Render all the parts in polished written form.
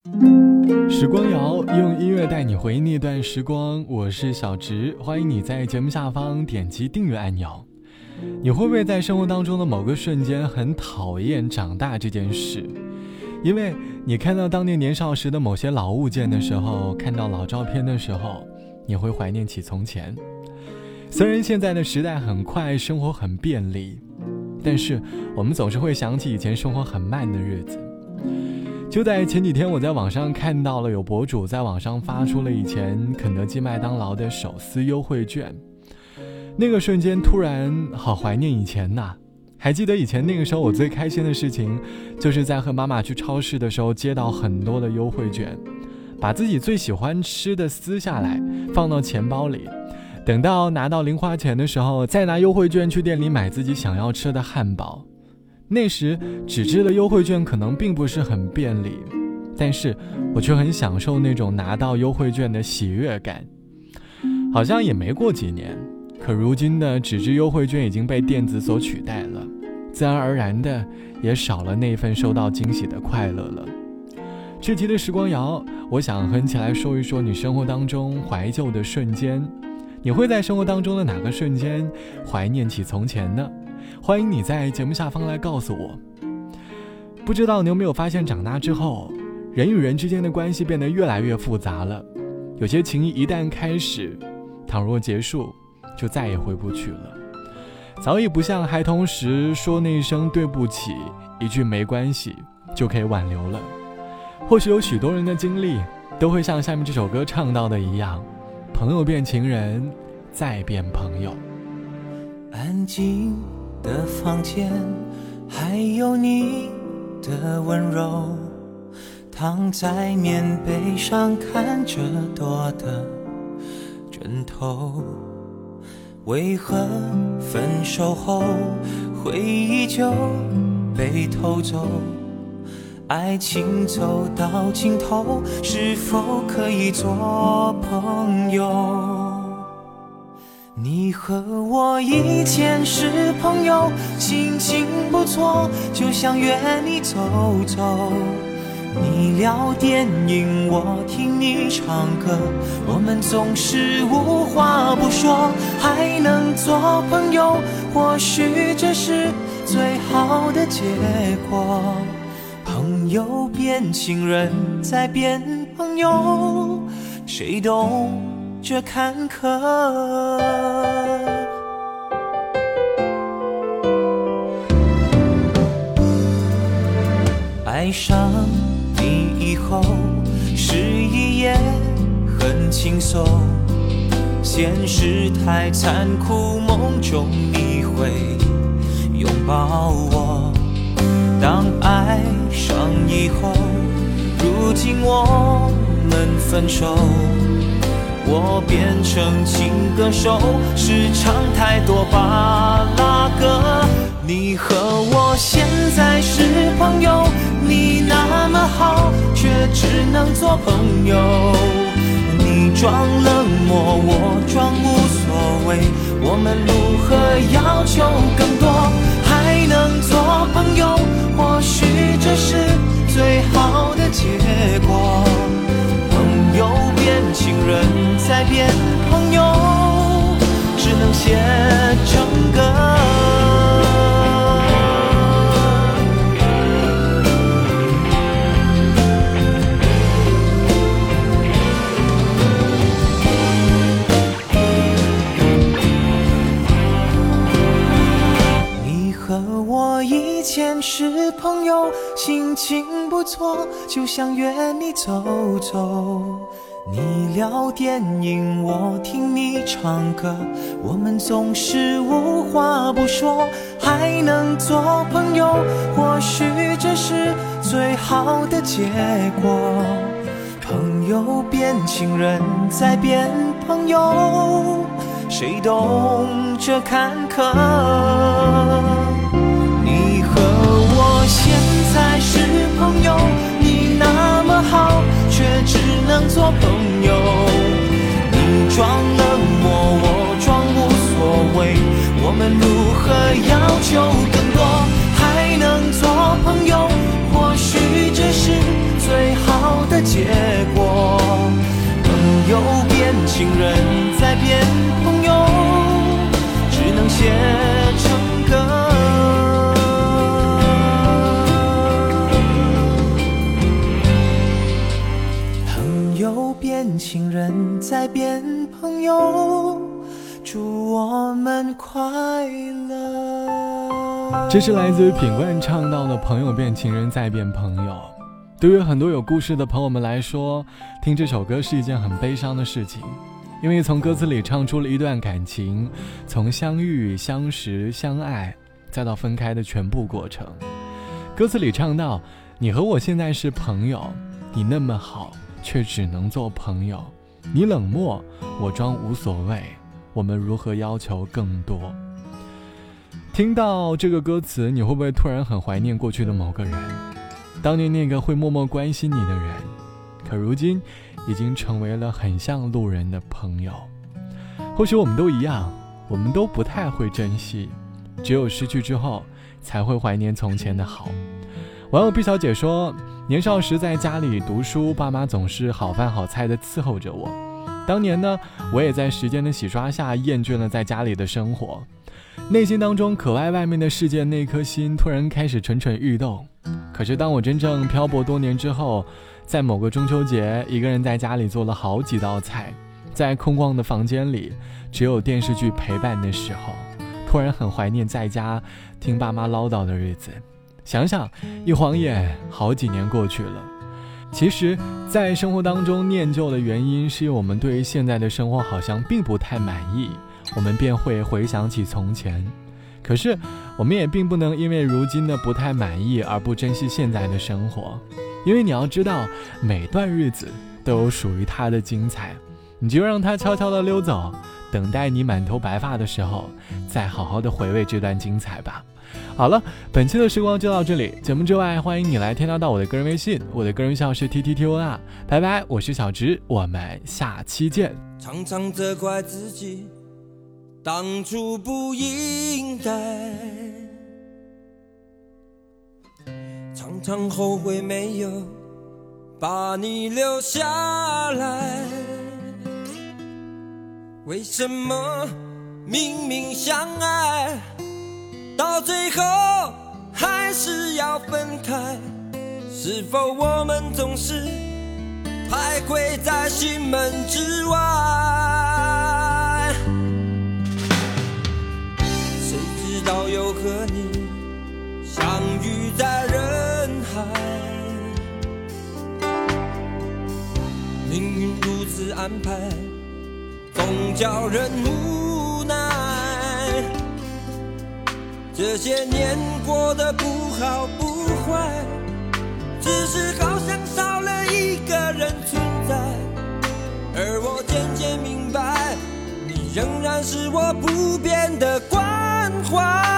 时光谣，用音乐带你回忆那段时光，我是小直，欢迎你在节目下方点击订阅按钮。你会不会在生活当中的某个瞬间很讨厌长大这件事？因为你看到当年年少时的某些老物件的时候，看到老照片的时候，你会怀念起从前。虽然现在的时代很快，生活很便利，但是我们总是会想起以前生活很慢的日子。就在前几天，我在网上看到了有博主在网上发出了以前肯德基、麦当劳的手撕优惠券，那个瞬间突然好怀念以前呐。还记得以前那个时候，我最开心的事情就是在和妈妈去超市的时候接到很多的优惠券，把自己最喜欢吃的撕下来放到钱包里，等到拿到零花钱的时候，再拿优惠券去店里买自己想要吃的汉堡。那时纸质的优惠券可能并不是很便利，但是我却很享受那种拿到优惠券的喜悦感。好像也没过几年，可如今的纸质优惠券已经被电子所取代了，自然而然的也少了那份收到惊喜的快乐了。这期的时光谣，我想和你一起来说一说你生活当中怀旧的瞬间。你会在生活当中的哪个瞬间怀念起从前呢？欢迎你在节目下方来告诉我。不知道你有没有发现，长大之后人与人之间的关系变得越来越复杂了，有些情谊一旦开始，倘若结束就再也回不去了，早已不像孩童时说那一声对不起，一句没关系就可以挽留了。或许有许多人的经历都会像下面这首歌唱到的一样，朋友变情人，再变朋友。 安静的房间，还有你的温柔，躺在棉被上看着多的枕头。为何分手后回忆就被偷走？爱情走到尽头，是否可以做朋友？你和我以前是朋友，心情不错，就想约你走走。你聊电影，我听你唱歌，我们总是无话不说，还能做朋友，或许这是最好的结果。朋友变情人，再变朋友，谁懂这坎坷？爱上你以后，失忆也很轻松，现实太残酷，梦中你会拥抱我。当爱上以后，如今我们分手，我变成情歌手，时常太多巴拉歌。你和我现在是朋友，你那么好，却只能做朋友。你装冷漠，我装无所谓，我们如何要求更多？还能做朋友，或许这是最好的结果。朋友变情人，再变朋友，只能写成歌。你和我以前是朋友，心情不错，就想约你走走。你聊电影，我听你唱歌，我们总是无话不说，还能做朋友，或许这是最好的结果。朋友变情人，再变朋友，谁懂这坎坷？你和我现在是朋友，你那么好，却只能做朋友。你装冷漠，我装无所谓，我们如何要求更多？还能做朋友，或许这是最好的结果。朋友变情人，再变朋友，只能写成歌。朋友变情人，再变朋友，祝我们快乐。 这是来自于品冠唱到的朋友变情人再变朋友。对于很多有故事的朋友们来说，听这首歌是一件很悲伤的事情，因为从歌词里唱出了一段感情从相遇、相识、相爱再到分开的全部过程。歌词里唱到，你和我现在是朋友，你那么好却只能做朋友，你冷漠我装无所谓，我们如何要求更多。听到这个歌词，你会不会突然很怀念过去的某个人，当年那个会默默关心你的人，可如今已经成为了很像路人的朋友。或许我们都一样，我们都不太会珍惜，只有失去之后才会怀念从前的好。网友毕小姐说，年少时在家里读书，爸妈总是好饭好菜的伺候着我。当年呢，我也在时间的洗刷下厌倦了在家里的生活，内心当中可爱外面的世界那颗心突然开始蠢蠢欲动。可是当我真正漂泊多年之后，在某个中秋节，一个人在家里做了好几道菜，在空旷的房间里只有电视剧陪伴的时候，突然很怀念在家听爸妈唠叨的日子。想想一晃眼好几年过去了。其实在生活当中念旧的原因，是因为我们对于现在的生活好像并不太满意，我们便会回想起从前。可是我们也并不能因为如今的不太满意而不珍惜现在的生活，因为你要知道，每段日子都有属于它的精彩，你就让它悄悄地溜走，等待你满头白发的时候，再好好的回味这段精彩吧。好了，本期的时光就到这里，节目之外欢迎你来添加到我的个人微信，我的个人号是 TTTOR。 拜拜，我是小直，我们下期见。 常常责怪自己当初不应该，常常后悔没有把你留下来。为什么明明相爱，到最后还是要分开？是否我们总是徘徊在心门之外？谁知道又和你相遇在人海，命运如此安排，总叫人无奈。这些年过得不好不坏，只是好像少了一个人存在。而我渐渐明白，你仍然是我不变的关怀。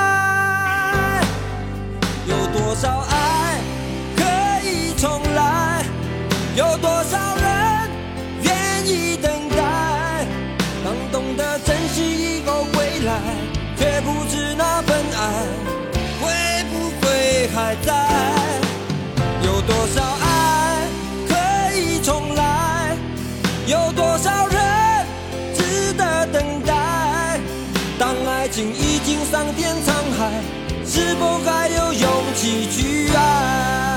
有多少爱可以重来，有多少人愿意等待。当懂得珍惜以后归来，却不知那份爱会不会还在。有多少爱可以重来，有多少人值得等待。当爱情已经桑田沧海，是否还有勇气去爱？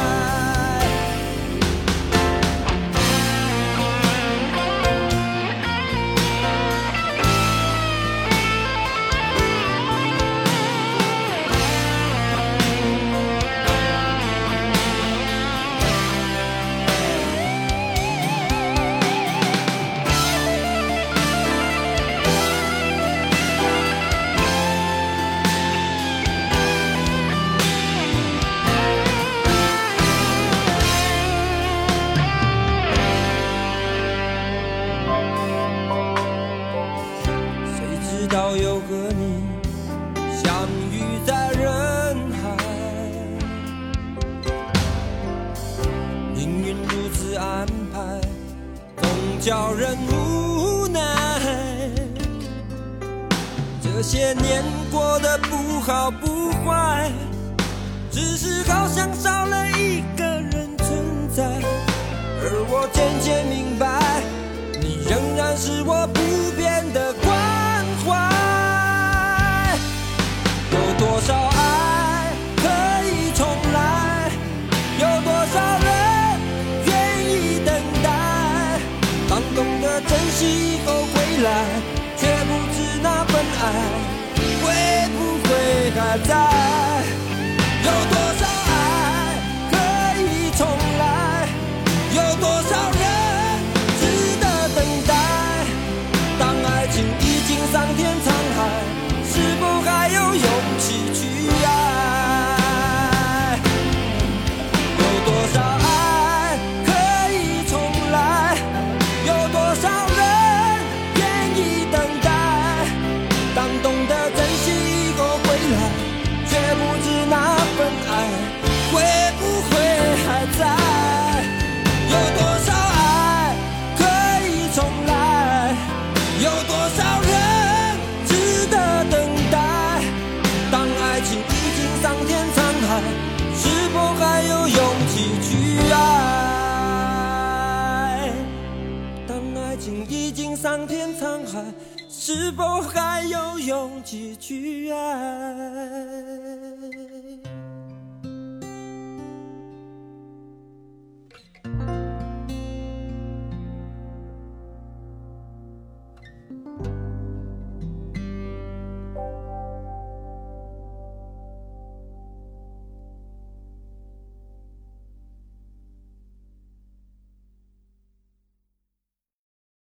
到又和你相遇在人海，命运如此安排，总叫人无奈。这些年过得不好不坏，只是好像少了一个人存在。 而我渐渐明白，你仍然是我不变的关怀。有多少爱可以重来，有多少人愿意等待，当懂得珍惜以后回来，却不知那份爱会不会还在。有多少爱可以重来，有多少人值得等待，当爱情已经桑田沧海，是否还有勇气去爱？有多少爱可以重来，有多少人愿意等待，当懂得珍惜以后回来，却不知那份爱会不会还在。有多少爱可以重来，有多少人值得等待，当爱情已经桑田沧海，是否还有勇气去爱？当爱情已经桑田沧海，是否还有勇气去爱？